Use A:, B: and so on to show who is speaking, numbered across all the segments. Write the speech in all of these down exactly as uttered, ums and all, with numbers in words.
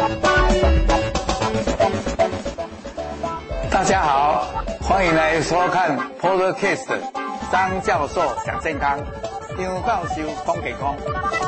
A: 大家好，欢迎来收看 Podcast 张教授讲健康，张教授讲健康。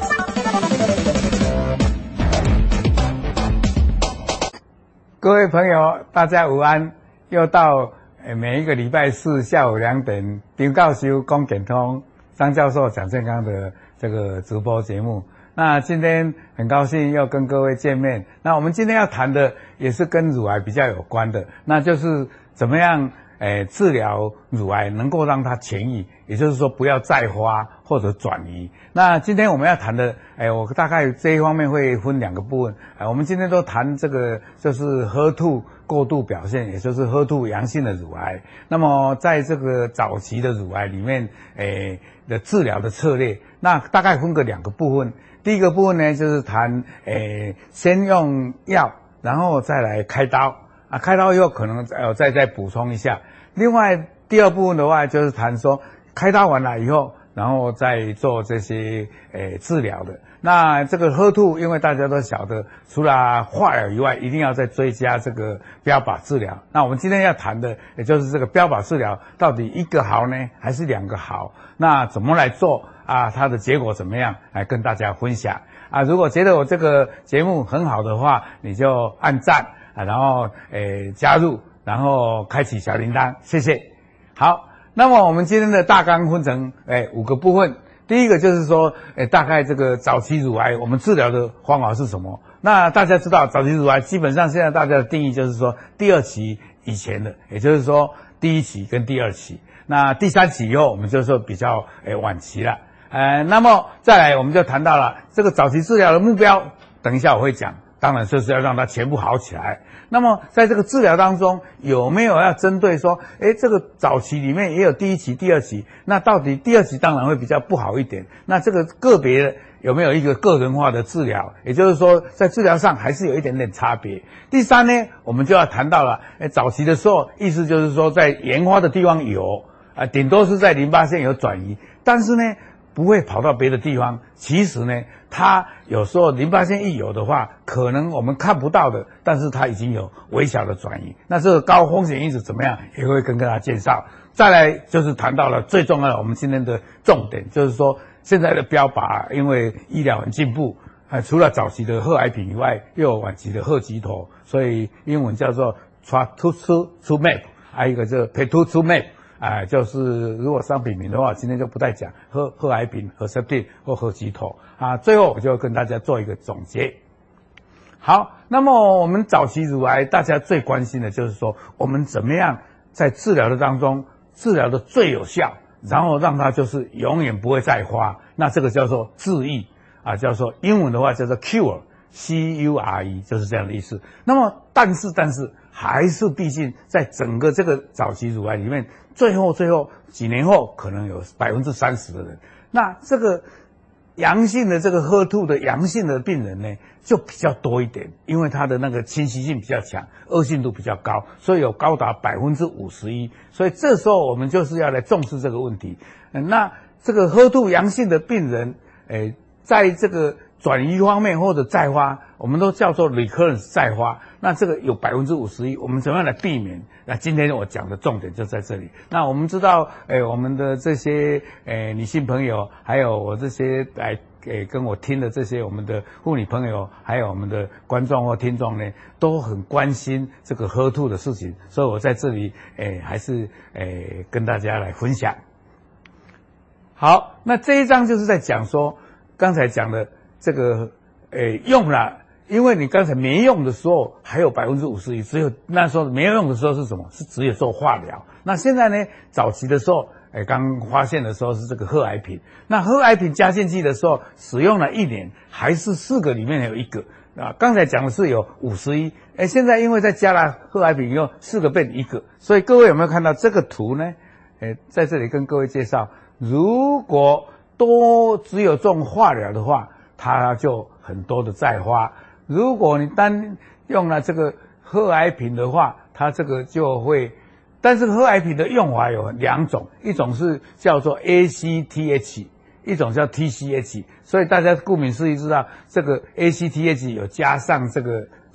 A: 各位朋友，大家午安！又到每一个礼拜四下午两点，张教授讲健康，张教授讲健康的这个直播节目。那今天很高兴又跟各位见面。那我们今天要谈的也是跟乳癌比较有关的，那就是怎么样诶治疗乳癌能够让它痊愈，也就是说不要再发或者转移。那今天我们要谈的，诶我大概这一方面会分两个部分。诶我们今天都谈这个就是 H E R 二 过度表现，也就是 H E R 二 阳性的乳癌。那么在这个早期的乳癌里面，诶的治疗的策略，那大概分个两个部分。第一个部分呢，就是谈诶先用药，然后再来开刀啊，开刀以后可能呃再再补充一下。另外第二部分的话，就是谈说开刀完了以后，然后再做这些诶治疗的。那这个 H E R 二，因为大家都晓得，除了化疗以外，一定要再追加这个标靶治疗。那我们今天要谈的，也就是这个标靶治疗到底一个好呢，还是两个好？那怎么来做啊？它的结果怎么样？来跟大家分享啊！如果觉得我这个节目很好的话，你就按赞啊，然后诶加入，然后开启小铃铛，谢谢。好，那么我们今天的大纲分成诶五个部分。第一个就是说，诶，大概这个早期乳癌我们治疗的方法是什么？那大家知道，早期乳癌基本上现在大家的定义就是说，第二期以前的，也就是说第一期跟第二期。那第三期以后，我们就说比较诶晚期了。呃，那么再来我们就谈到了这个早期治疗的目标，等一下我会讲。当然就是要让它全部好起来。那么在这个治疗当中，有没有要针对说，诶，这个早期里面也有第一期、第二期，那到底第二期当然会比较不好一点。那这个个别有没有一个个人化的治疗？也就是说，在治疗上还是有一点点差别。第三呢，我们就要谈到了，诶，早期的时候，意思就是说，在原发的地方有啊，顶多是在淋巴腺有转移，但是呢，不会跑到别的地方。其实呢，它有时候淋巴腺一有的话，可能我们看不到的，但是它已经有微小的转移。那这个高风险因子怎么样，也会跟大家介绍。再来就是谈到了最重要的，我们今天的重点就是说，现在的标靶因为医疗很进步，啊，除了早期的贺癌品以外，又有晚期的贺吉头，所以英文叫做 trastuzumab， 还有一个叫 pertuzumab。啊、呃，就是如果商品名的话，今天就不再讲贺贺癌品、贺塞汀或贺吉头啊。最后我就跟大家做一个总结。好，那么我们早期乳癌大家最关心的就是说，我们怎么样在治疗的当中治疗的最有效，然后让它就是永远不会再发。那这个叫做治愈啊，叫做英文的话叫做 cure。C U R E 就是这样的意思。那么，但是，但是，还是毕竟在整个这个早期乳癌里面，最后最后几年后，可能有百分之三十的人，那这个阳性的这个 H E R 二 的阳性的病人呢，就比较多一点，因为它的那个侵袭性比较强，恶性度比较高，所以有高达百分之五十一。所以这时候我们就是要来重视这个问题。嗯、那这个 H E R 二 阳性的病人，诶，在这个转移方面或者再发，我们都叫做 recurrence 再发。那这个有百分之五十一，我们怎么样来避免？那今天我讲的重点就在这里。那我们知道，诶，我们的这些诶女性朋友，还有我这些来诶跟我听的这些我们的妇女朋友，还有我们的观众或听众呢，都很关心这个 H E R 二 的事情，所以我在这里诶还是诶跟大家来分享。好，那这一章就是在讲说，刚才讲的这个，诶，用了，因为你刚才没用的时候还有百分之五十一，只有那时候没有用的时候是什么？是只有做化疗。那现在呢，早期的时候，诶，刚发现的时候是这个贺癌品。那贺癌品加进去的时候，使用了一年，还是四个里面有一个啊。刚才讲的是有五十一，诶，现在因为再加了贺癌品以后，四个变一个，所以各位有没有看到这个图呢？诶，在这里跟各位介绍，如果都只有种化疗的话，它就很多的再发。如果你单用了这个贺癌品的话，它这个就会，但是贺癌品的用法有两种，一种是叫做 A C T H， 一种叫 T C H。所以大家顾名思义知道，这个 A C T H 有加上这个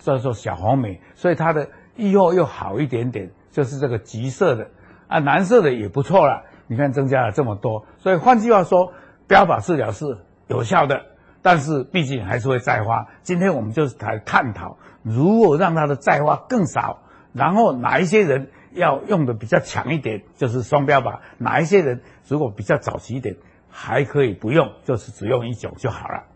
A: 叫做小红莓，所以它的预后又好一点点，就是这个橘色的啊，蓝色的也不错了。你看增加了这么多，所以换句话说，标靶治疗是有效的，但是毕竟还是会再发。今天我们就是来探讨，如果让它的再发更少，然后哪一些人要用的比较强一点，就是双标靶；哪一些人如果比较早期一点，还可以不用，就是只用一种就好了。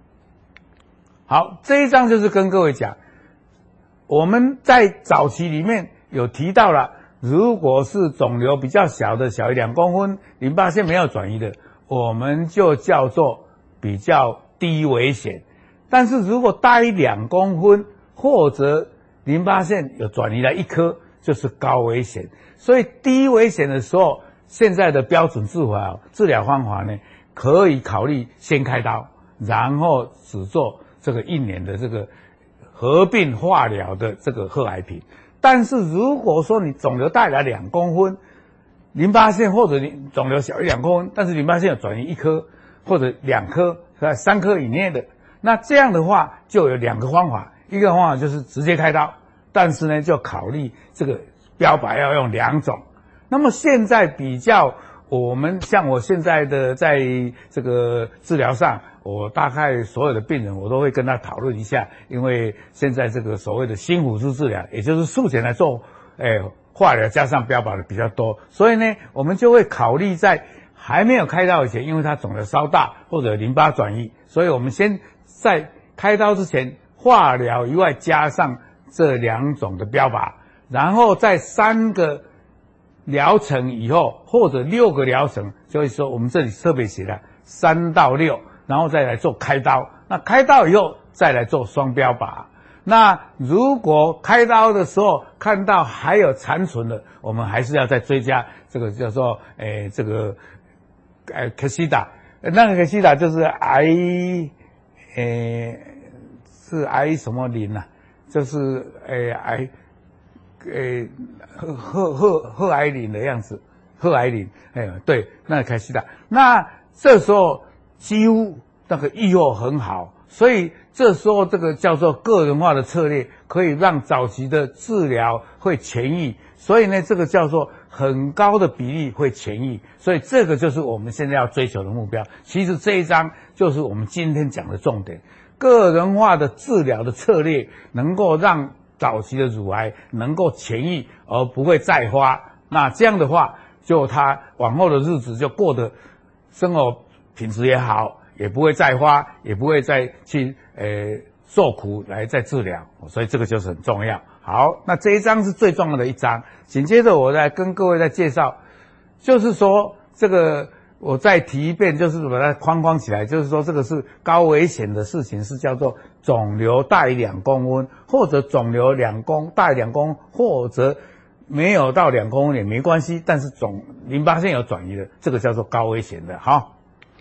A: 好，这一章就是跟各位讲，我们在早期里面有提到了，如果是肿瘤比较小的，小于两公分，淋巴腺没有转移的，我们就叫做比较低危险。但是如果大于两公分，或者淋巴腺有转移了一颗，就是高危险。所以低危险的时候，现在的标准治疗治疗方法呢，可以考虑先开刀，然后只做这个一年的这个合并化疗的这个贺癌平。但是如果说你肿瘤大了两公分，淋巴腺或者你肿瘤小于两公分，但是淋巴腺有转移一颗或者两颗、三颗以内的，那这样的话就有两个方法，一个方法就是直接开刀，但是呢就考虑这个标靶要用两种。那么现在比较我们像我现在的在这个治疗上，我大概所有的病人我都会跟他讨论一下，因为现在这个所谓的新辅助治疗，也就是术前来做诶化疗加上标靶的比较多，所以呢我们就会考虑在还没有开刀以前，因为它肿瘤稍大或者淋巴转移，所以我们先在开刀之前化疗以外加上这两种的标靶，然后在三个疗程以后，或者六个疗程，所以说我们这里特别写了三到六，然后再来做开刀。那开刀以后再来做双标靶。那如果开刀的时候看到还有残存的，我们还是要再追加这个叫做诶这个呃克西达，那个克西达就是癌诶是癌什么磷啊？就是诶癌。诶，贺贺贺贺癌磷的样子，贺癌磷，哎，对，那凯西达，那这时候几乎那个预后很好，所以这时候这个叫做个人化的策略，可以让早期的治疗会痊愈，所以呢，这个叫做很高的比例会痊愈，所以这个就是我们现在要追求的目标。其实这一章就是我们今天讲的重点，个人化的治疗的策略能够让早期的乳癌能够痊愈而不会再发，那这样的话，就他往后的日子就过得生活品质也好，也不会再发，也不会再去呃受苦来再治疗，所以这个就是很重要。好，那这一章是最重要的一章，紧接着我再跟各位再介绍，就是说这个我再提一遍，就是把它框框起来，就是说这个是高危险的事情，是叫做肿瘤大于两公分，或者肿瘤两公大于两公，或者没有到两公分也没关系，但是肿淋巴腺有转移的，这个叫做高危险的。好，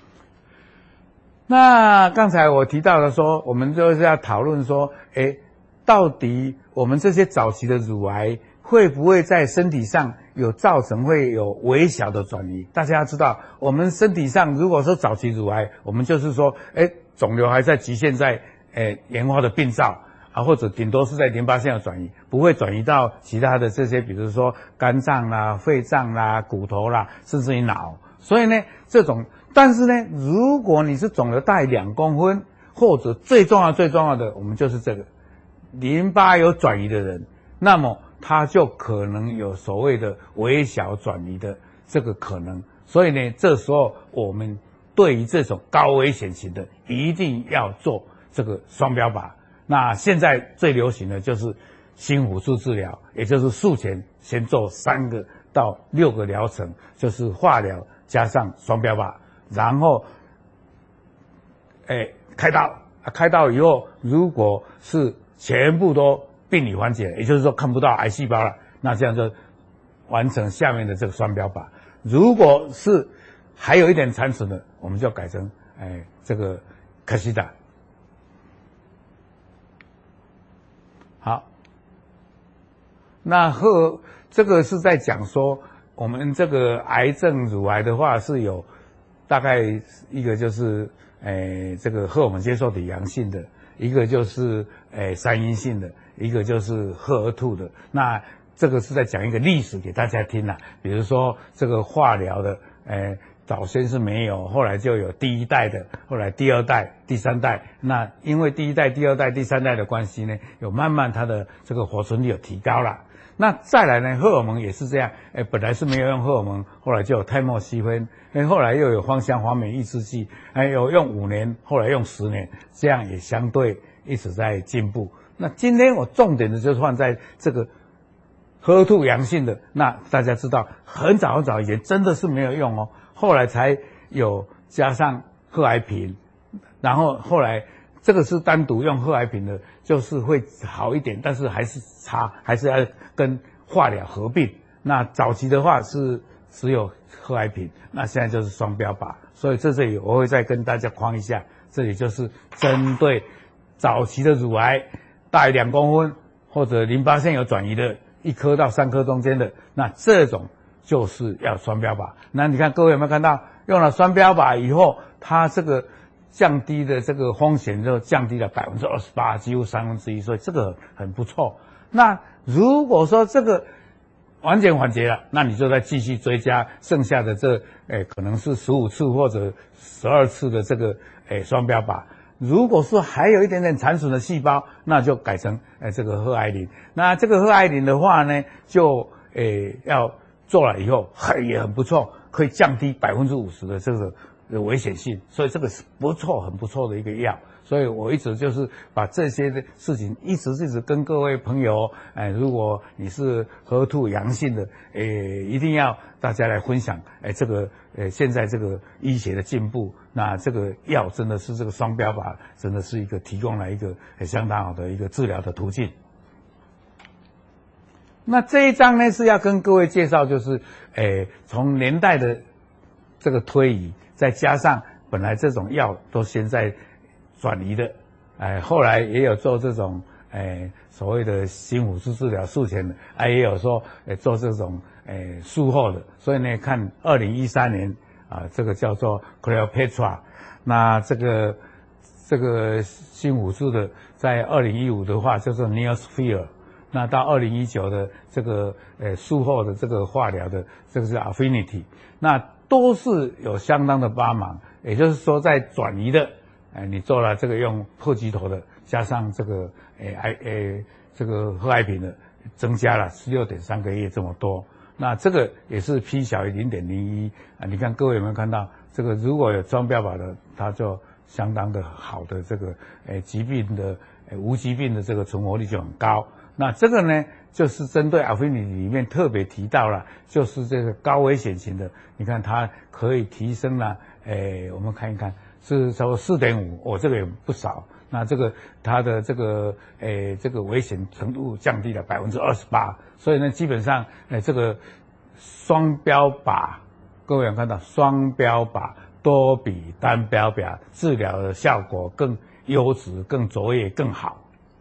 A: 那刚才我提到了说，我们就是要讨论说，诶，到底我们这些早期的乳癌会不会在身体上有造成会有微小的转移？大家要知道，我们身体上如果说早期乳癌，我们就是说，诶，肿瘤还在局限在诶原发的病灶啊，或者顶多是在淋巴腺有转移，不会转移到其他的这些，比如说肝脏啦、肺脏啦、骨头啦，甚至于脑。所以呢，这种，但是呢，如果你是肿瘤大于两公分，或者最重要最重要的，我们就是这个淋巴有转移的人，那么它就可能有所谓的微小转移的这个可能，所以呢，这时候我们对于这种高危险型的，一定要做这个双标靶。那现在最流行的就是新辅助治疗，也就是术前先做三个到六个疗程，就是化疗加上双标靶，然后，哎，开刀，开刀以后，如果是全部都病理缓解，也就是说看不到癌细胞了，那这样就完成下面的这个双标靶。如果是还有一点残存的，我们就改成哎这个克西达。好，那后这个是在讲说，我们这个癌症乳癌的话是有大概一个就是哎这个荷尔蒙接受体阳性的， 一个就是诶三阴性的，一个就是赫尔兔的。那这个是在讲一个历史给大家听啦，比如说这个化疗的，诶早先是没有，后来就有第一代的，后来第二代、第三代。那因为第一代、第二代、第三代的关系呢，有慢慢它的这个活存率有提高了。那再来呢，荷尔蒙也是这样，诶本来是没有用荷尔蒙，后来就有泰莫西芬，诶后来又有芳香环酶抑制剂，还有用五年，后来用十年，这样也相对一直在进步。那今天我重点的就是放在这个赫兔阳性的，那大家知道很早很早以前真的是没有用哦，后来才有加上赫癌平，然后后来这个是单独用赫癌平的，就是会好一点，但是还是差，还是要跟化疗合并。那早期的话是只有赫癌平，那现在就是双标靶，所以在这里我会再跟大家框一下，这里就是针对早期的乳癌大于两公分或者淋巴腺有转移的一颗到三颗中间的，那这种就是要双标靶。那你看各位有没有看到，用了双标靶以后，它这个降低的这个风险就降低了百分之二十八，几乎三分之一，所以这个很不错。那如果说这个完全缓解了，那你就再继续追加剩下的这诶可能是十五次或者十二次的这个诶双标靶。如果说还有一点点残损的细胞，那就改成诶这个赫癌林。那这个赫癌林的话呢，就诶要做了以后很也很不错，可以降低百分之五十的这个危险性，所以这个是不错很不错的一个药。所以我一直就是把这些的事情一直一直跟各位朋友，哎，如果你是赫兔阳性的，哎，一定要大家来分享，哎，这个，呃，现在这个医学的进步，那这个药真的是这个双标靶，真的是一个提供了一个很相当好的一个治疗的途径。那这一章呢是要跟各位介绍，就是诶从年代的这个推移，再加上本来这种药都现在转移的，哎，后来也有做这种诶所谓的新辅助治疗术前的，啊也有说诶做这种诶术后的，所以呢看二零一三年啊这个叫做 Cleopatra， 那这个这个新辅助的在二零一五的话叫做 Neosphere。那到二零一九的这个呃术后的这个化疗的这个是 Affinity， 那都是有相当的帮忙，也就是说在转移的，呃你做了这个用破基头的，加上这个诶癌诶这个赫癌平的，增加了 十六点三 个月这么多。那这个也是 P 小于 零点零一 啊，你看各位有没有看到这个如果有双标靶的，它就相当的好的这个诶疾病的诶无疾病的这个存活率就很高。那这个呢，就是针对 Affinity 里面特别提到了，就是这个高危险型的，你看它可以提升了，诶，我们看一看，是超过 四点五， 哦，这个也不少。那这个它的这个诶这个危险程度降低了 百分之二十八， 所以呢，基本上诶这个双标靶，各位有看到双标靶都比单标靶治疗的效果更优质、更卓越、更好。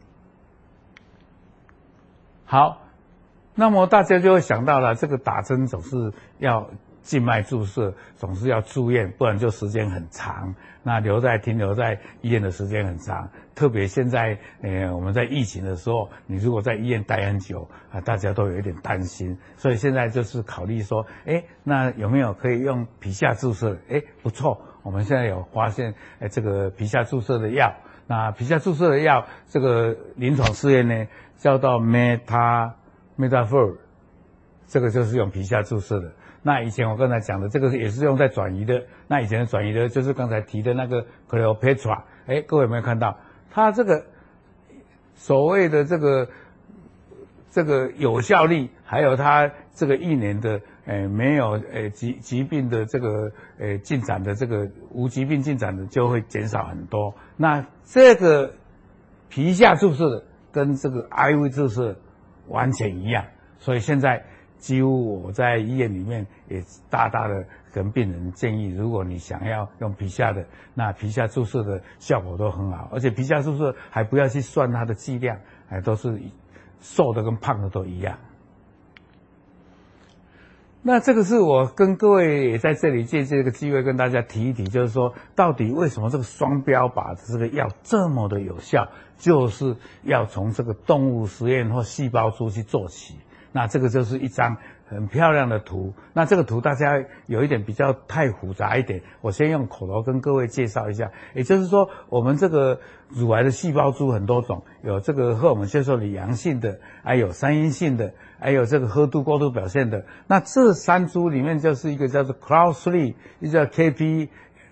A: 好，那么大家就会想到了，这个打针总是要静脉注射，总是要住院，不然就时间很长。那留在停留在医院的时间很长，特别现在呃我们在疫情的时候，你如果在医院待很久啊，大家都有一点担心。所以现在就是考虑说，哎，那有没有可以用皮下注射？哎，不错，我们现在有发现，哎，这个皮下注射的药。那皮下注射的药，这个临床试验呢，叫做 Meta Metafor， 这个就是用皮下注射的。那以前我刚才讲的，这个也是用在转移的。那以前的转移的，就是刚才提的那个 Cleopatra。哎，各位有没有看到，它这个所谓的这个这个有效率，还有它这个一年的诶没有诶疾疾病的这个诶进展的这个无疾病进展的就会减少很多。那这个皮下注射的跟这个 I V 注射完全一样，所以现在几乎我在医院里面也大大的跟病人建议，如果你想要用皮下的，那皮下注射的效果都很好，而且皮下注射还不要去算它的剂量，哎，都是瘦的跟胖的都一样。 那这个是我跟各位也在这里借这个机会跟大家提一提，就是说到底为什么这个双标靶的这个药这么的有效，就是要从这个动物实验或细胞株去做起。那这个就是一张很漂亮的图，那这个图大家有一点比较太复杂一点，我先用口头跟各位介绍一下。也就是说，我们这个乳癌的细胞株很多种，有这个荷尔蒙接受的阳性的，还有三阴性的，还有这个喝度过度表现的。那这三株里面就是一个叫做 C L O S 三，一个叫 K P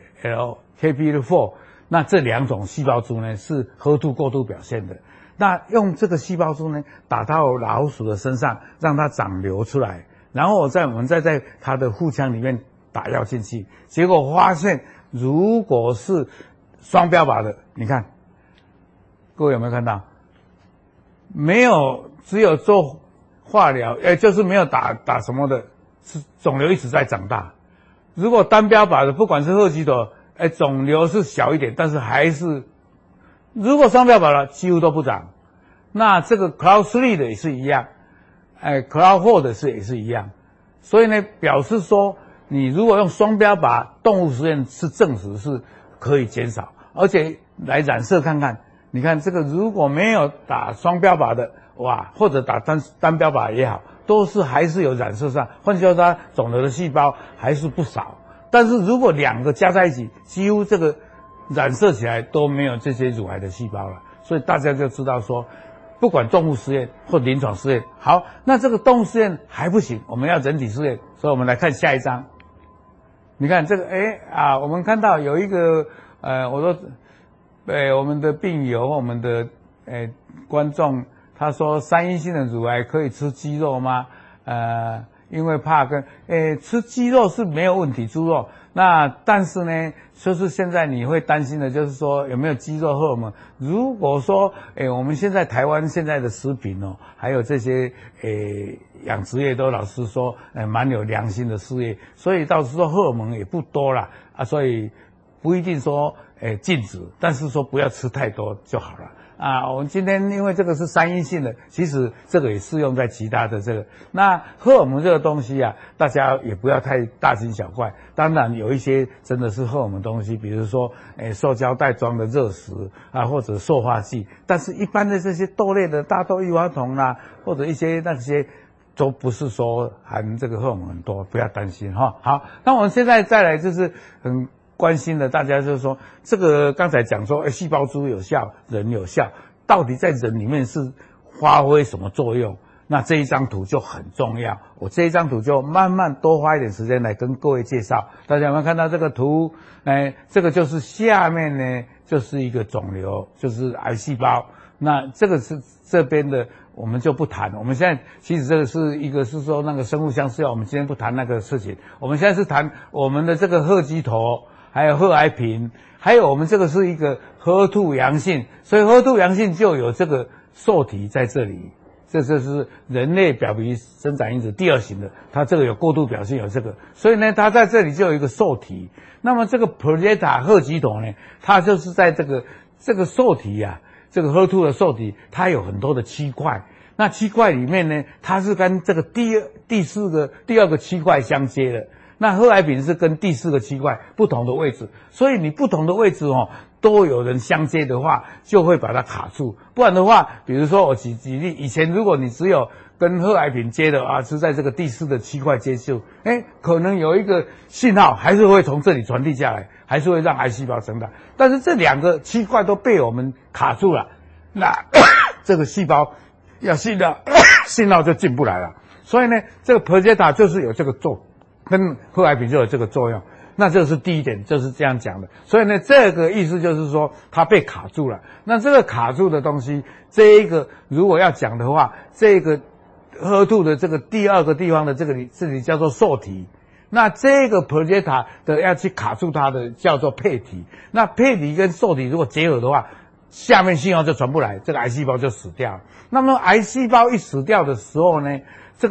A: L K P L 四， 那这两种细胞株呢是喝度过度表现的。那用这个细胞株呢打到老鼠的身上，让它长瘤出来，然后我再我们再在它的腹腔里面打药进去，结果发现如果是双标靶的，你看各位有没有看到？没有，只有做化疗，呃，就是没有打打什么的，是肿瘤一直在长大。如果单标靶的，不管是赫吉朵，哎，肿瘤是小一点，但是还是。如果双标靶了，几乎都不长。那这个 C L O S 三 的也是一样，哎 ，C L O S 四 的是也是一样。所以呢，表示说，你如果用双标靶，动物实验是证实是可以减少，而且来染色看看，你看这个如果没有打双标靶的，哇，或者打单单标靶也好，都是还是有染色上，换句话说，它肿瘤的细胞还是不少。但是如果两个加在一起，几乎这个。染色起来都没有这些乳癌的细胞了，所以大家就知道说，不管动物实验或临床实验，好，那这个动物实验还不行，我们要人体试验，所以我们来看下一张。你看这个，哎啊，我们看到有一个，呃，我说，呃，我们的病友，我们的呃观众，他说三阴性的乳癌可以吃鸡肉吗？呃，因为怕跟，诶，吃鸡肉是没有问题，猪肉。那但是呢，就是现在你会担心的，就是说有没有肌肉荷尔蒙？如果说，诶，我们现在台湾现在的食品哦，还有这些诶养殖业都老实说，诶蛮有良心的事业，所以到时候荷尔蒙也不多啦啊，所以不一定说诶禁止，但是说不要吃太多就好了。啊，我们今天因为这个是三阴性的，其实这个也适用在其他的这个。那荷尔蒙这个东西啊，大家也不要太大惊小怪。当然有一些真的是荷尔蒙东西，比如说，诶，塑胶袋装的热食啊，或者塑化剂。但是一般的这些豆类的大豆异黄酮啦，或者一些那些，都不是说含这个荷尔蒙很多，不要担心哈。好，那我们现在再来就是很。关心的大家就是说，这个刚才讲说，哎，细胞株有效，人有效，到底在人里面是发挥什么作用？那这一张图就很重要。我这一张图就慢慢多花一点时间来跟各位介绍。大家有没有看到这个图？哎，这个就是下面呢，就是一个肿瘤，就是癌细胞。那这个是这边的，我们就不谈。我们现在其实这个是一个是说那个生物相似药，我们今天不谈那个事情。我们现在是谈我们的这个赫基头。还有贺癌平，还有我们这个是一个喝兔阳性，所以喝兔阳性就有这个受体在这里，这就是人类表皮生长因子第二型的，它这个有过度表现有这个，所以呢，它在这里就有一个受体。那么这个 Perjeta 贺基酮呢，它就是在这个这个受体啊，这个喝兔的受体，它有很多的区块。那区块里面呢，它是跟这个第二、第四个、第二个区块相接的。那贺癌平是跟第四个区块不同的位置，所以你不同的位置哦，都有人相接的话，就会把它卡住。不然的话，比如说我举举例，以前如果你只有跟贺癌平接的啊，是在这个第四的区块接触，哎，可能有一个信号还是会从这里传递下来，还是会让癌细胞生长。但是这两个区块都被我们卡住了，那这个细胞要信号，信号就进不来了。所以呢，这个 Perjeta 就是有这个作用。跟贺癌平就有这个作用，那这是第一点，就是这样讲的。所以呢，这个意思就是说它被卡住了。那这个卡住的东西，这一个如果要讲的话，这个喝吐的这个第二个地方的这个里这里叫做受体，那这个 Perjeta 的要去卡住它的叫做配体。那配体跟受体如果结合的话，下面信号就传不来，这个癌细胞就死掉了。那么癌细胞一死掉的时候呢，这个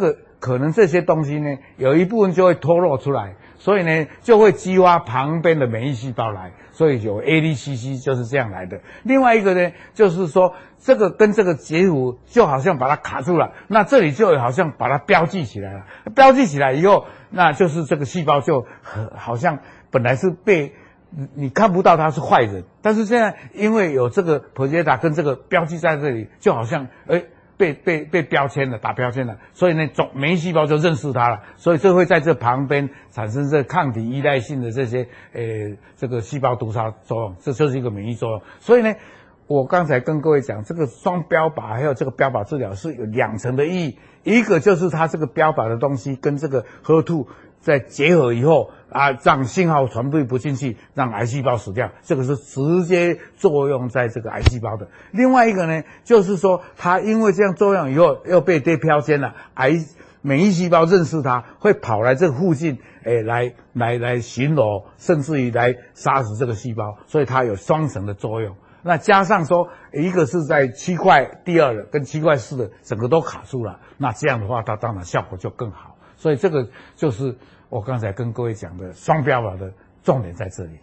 A: 可能这些东西呢，有一部分就会脱落出来，所以呢，就会激发旁边的免疫细胞来，所以有 A D C C 就是这样来的。另外一个呢，就是说这个跟这个结合就好像把它卡住了，那这里就好像把它标记起来了，标记起来以后，那就是这个细胞就好像本来是被你看不到它是坏人，但是现在因为有这个普捷塔跟这个标记在这里，就好像诶被被被标签了，打标签了，所以呢，总免疫细胞就认识它了，所以这会在这旁边产生这抗体依赖性的这些呃这个细胞毒杀作用，这就是一个免疫作用。所以呢，我刚才跟各位讲，这个双标靶还有这个标靶治疗是有两层的意义，一个就是它这个标靶的东西跟这个 H E R 二 在结合以后啊，让信号传递不进去，让癌细胞死掉，这个是直接作用在这个癌细胞的。另外一个呢，就是说它因为这样作用以后又被贴标签了，癌免疫细胞认识它，会跑来这附近，诶，来来来巡逻，甚至于来杀死这个细胞，所以它有双层的作用。那加上说，一个是在区块第二的跟区块四的整个都卡住了，那这样的话，它当然效果就更好。所以这个就是我刚才跟各位讲的双标靶的重点在这里。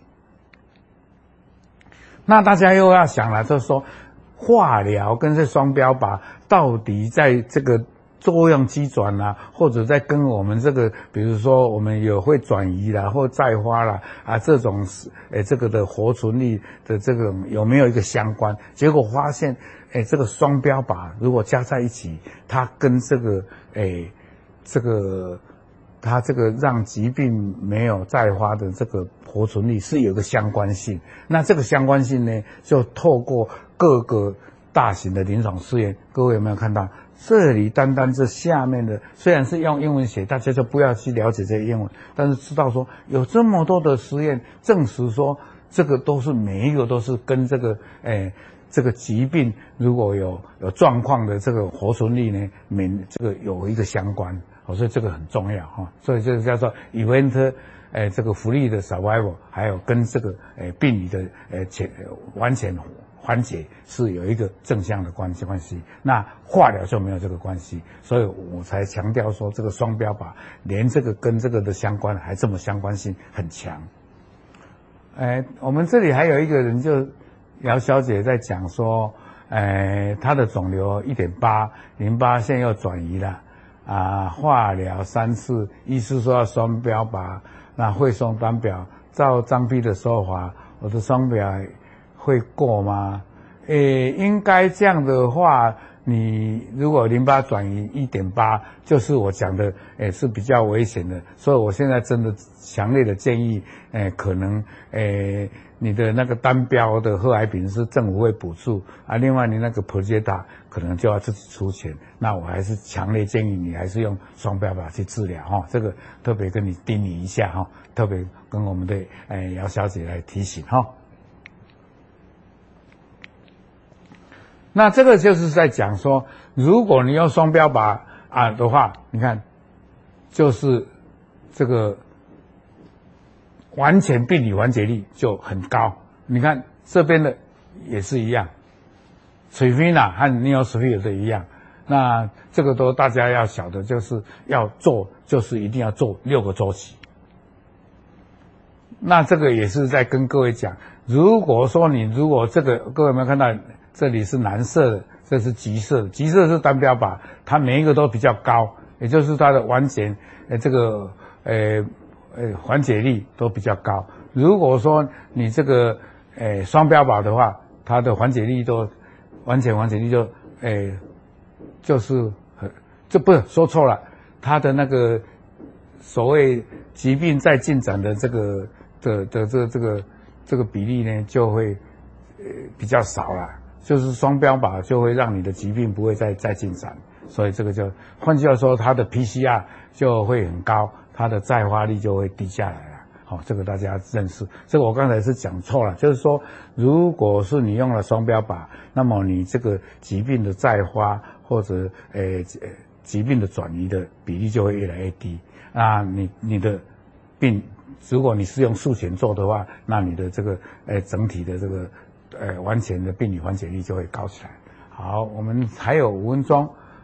A: 那大家又要想了，就是说化疗跟这双标靶到底在这个作用机转啦，或者在跟我们这个，比如说我们有会转移啦，或再发啦啊，这种诶这个的活存率的这个有没有一个相关？结果发现，诶这个双标靶如果加在一起，它跟这个诶这个它这个让疾病没有再发的这个活存率是有个相关性。那这个相关性呢，就透过各个大型的临床试验，各位有没有看到？这里单单这下面的，虽然是用英文写，大家就不要去了解这些英文，但是知道说有这么多的实验证实说，这个都是每一个都是跟这个诶这个疾病如果有有状况的这个活存率呢，免这个有一个相关，哦，所以这个很重要哈，所以这个叫做 event 诶这个福利的 survival， 还有跟这个诶病理的诶前完全缓解是有一个正向的关系关系，那化疗就没有这个关系，所以我才强调说这个双标靶连这个跟这个的相关还这么相关性很强。哎，我们这里还有一个人就姚小姐在讲说，哎，她的肿瘤 一点八 淋巴腺又转移了啊，化疗三次，医师说要双标靶，那会送单表，照张批的说法，我的双表会过吗？诶，应该这样的话，你如果淋巴转移 一点八， 就是我讲的，诶，是比较危险的。所以我现在真的强烈的建议，诶，可能，诶，你的那个单标的贺癌品是政府会补助啊，另外你那个普捷塔可能就要自己出钱。那我还是强烈建议你还是用双标靶去治疗哈，这个特别跟你叮咛一下哈，特别跟我们的诶姚小姐来提醒哈。那这个就是在讲说，如果你用双标靶啊的话，你看，就是这个完全病理缓解率就很高。你看这边的也是一样，水飞娜和尼奥斯菲尔的一样。那这个都大家要晓得，就是要做，就是一定要做六个周期。那这个也是在跟各位讲，如果说你如果这个各位有没有看到？这里是蓝色的，这是橘色的，橘色是单标靶，它每一个都比较高，也就是它的完全呃这个呃呃缓解率都比较高。如果说你这个呃双标靶的话，它的缓解率都完全缓解率就呃就是很这不是说错了，它的那个所谓疾病在进展的这个的的这个这个这个比例呢，就会呃比较少了。就是双标靶就会让你的疾病不会再再进展，所以这个就换句话说，它的 P C R 就会很高，它的再发率就会低下来了。好、哦，这个大家认识。这个我刚才是讲错了，就是说，如果是你用了双标靶，那么你这个疾病的再发或者呃疾病的转移的比例就会越来越低。那你你的病，如果你是用术前做的话，那你的这个呃整体的这个。呃，完全的病理缓解率就会高起来。好，我们还有五分钟，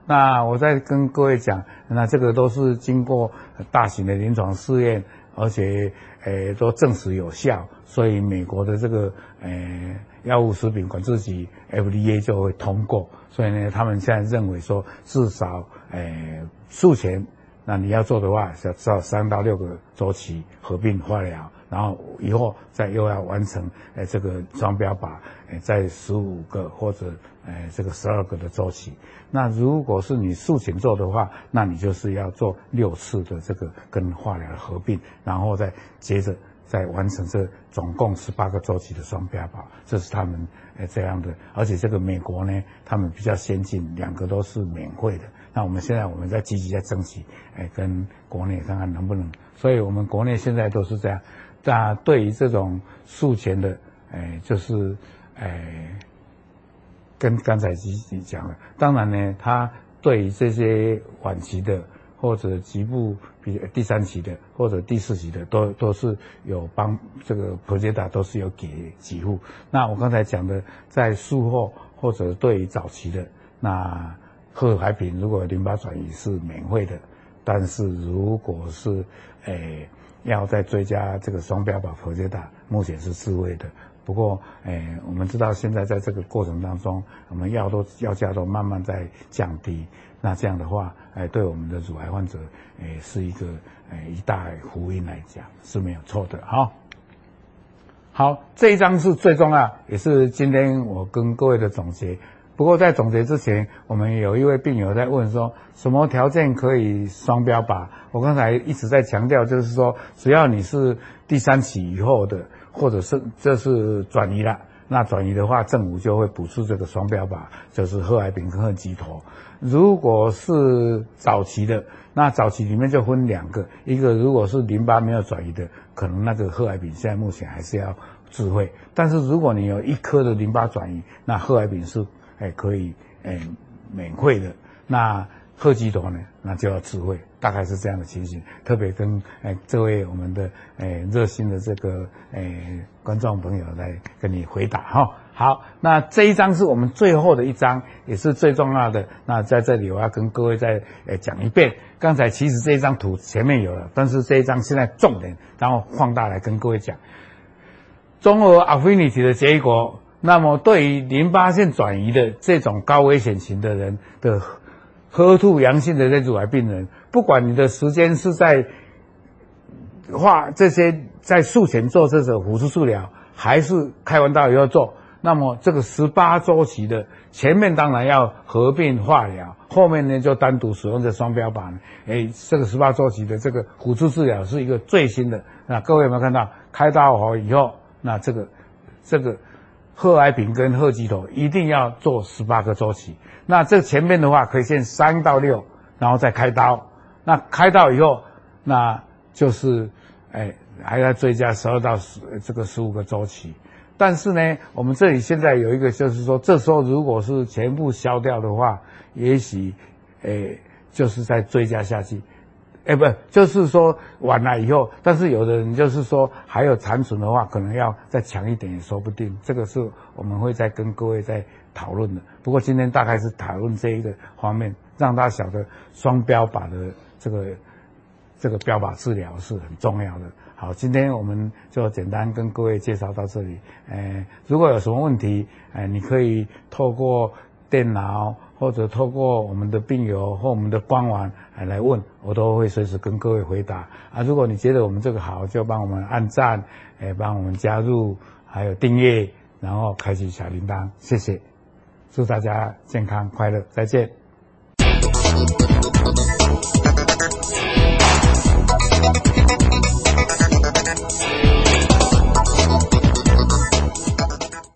A: 那我再跟各位讲，那这个都是经过大型的临床试验，而且诶都证实有效，所以美国的这个诶药物食品管制局 F D A 就会通过。所以呢，他们现在认为说，至少诶术前，那你要做的话，要至少三到六个周期合并化疗，然后以后再又要完成诶这个双标靶，诶在十五个或者诶这个十二个的周期。那如果是你术前做的话，那你就是要做六次的这个跟化疗的合并，然后再接着再完成这总共十八个周期的双标靶，这是他们诶这样的。而且这个美国呢，他们比较先进，两个都是免费的。那我们现在我们在积极在争取，诶跟国内看看能不能。所以我们国内现在都是这样。那对于这种术前的，诶就是诶。跟刚才你讲了，当然呢，它对于这些晚期的或者局部比第三期的或者第四期的，都都是有帮这个普捷达都是有给给付。那我刚才讲的，在术后或者对于早期的，那贺海平如果淋巴转移是免费的，但是如果是诶要再追加这个双标靶普捷达，目前是自费的。不过，诶，我们知道现在在这个过程当中，我们药都药价都慢慢在降低。那这样的话，诶，对我们的乳癌患者，诶，是一个诶一大福音来讲是没有错的。好，好，这一章是最重要，也是今天我跟各位的总结。不过在总结之前，我们有一位病友在问说，什么条件可以双标靶？我刚才一直在强调，就是说，只要你是第三期以后的。或者是这是转移了，那转移的话，政府就会补助这个双标靶，就是贺海平跟贺基妥。如果是早期的，那早期里面就分两个，一个如果是淋巴没有转移的，可能那个贺海平现在目前还是要自费。但是如果你有一颗的淋巴转移，那贺海平是哎可以哎免费的。那贺基妥呢，那就要自费，大概是这样的情形。特别跟诶这位我们的诶热心的这个诶观众朋友来跟你回答哈。好，那这一章是我们最后的一章，也是最重要的。那在这里我要跟各位再诶讲一遍。刚才其实这一张图前面有了，但是这一章现在重点，然后放大来跟各位讲综合 affinity 的结果。那么对于淋巴腺转移的这种高危险型的人的H E R 二 阳性的这乳癌病人，不管你的时间是在化这些在术前做这种辅助治疗，还是开完刀以后做，那么这个十八周期的前面当然要合并化疗，后面呢就单独使用这双标靶呢。诶，这个十八周期的这个辅助治疗是一个最新的。那各位有没有看到开刀好以后，那这个这个贺海平跟贺基妥一定要做十八个周期。那这前面的话可以先三到六，然后再开刀。那开刀以后，那就是哎还要追加十二到十这个十五个周期。但是呢，我们这里现在有一个就是说，这时候如果是全部消掉的话，也许哎就是再追加下去。哎，不，就是说晚了以后，但是有的人就是说还有残存的话，可能要再强一点也说不定。这个是我们会再跟各位再讨论的。不过今天大概是讨论这一个方面，让大家晓得双标靶的这个这个标靶治疗是很重要的。好，今天我们就简单跟各位介绍到这里。呃，如果有什么问题，呃，你可以透过电脑或者透过我们的病友或我们的官网来问，我都会随时跟各位回答啊。如果你觉得我们这个好，就帮我们按赞，诶，帮我们加入，还有订阅，然后开启小铃铛，谢谢。祝大家健康快乐，再见。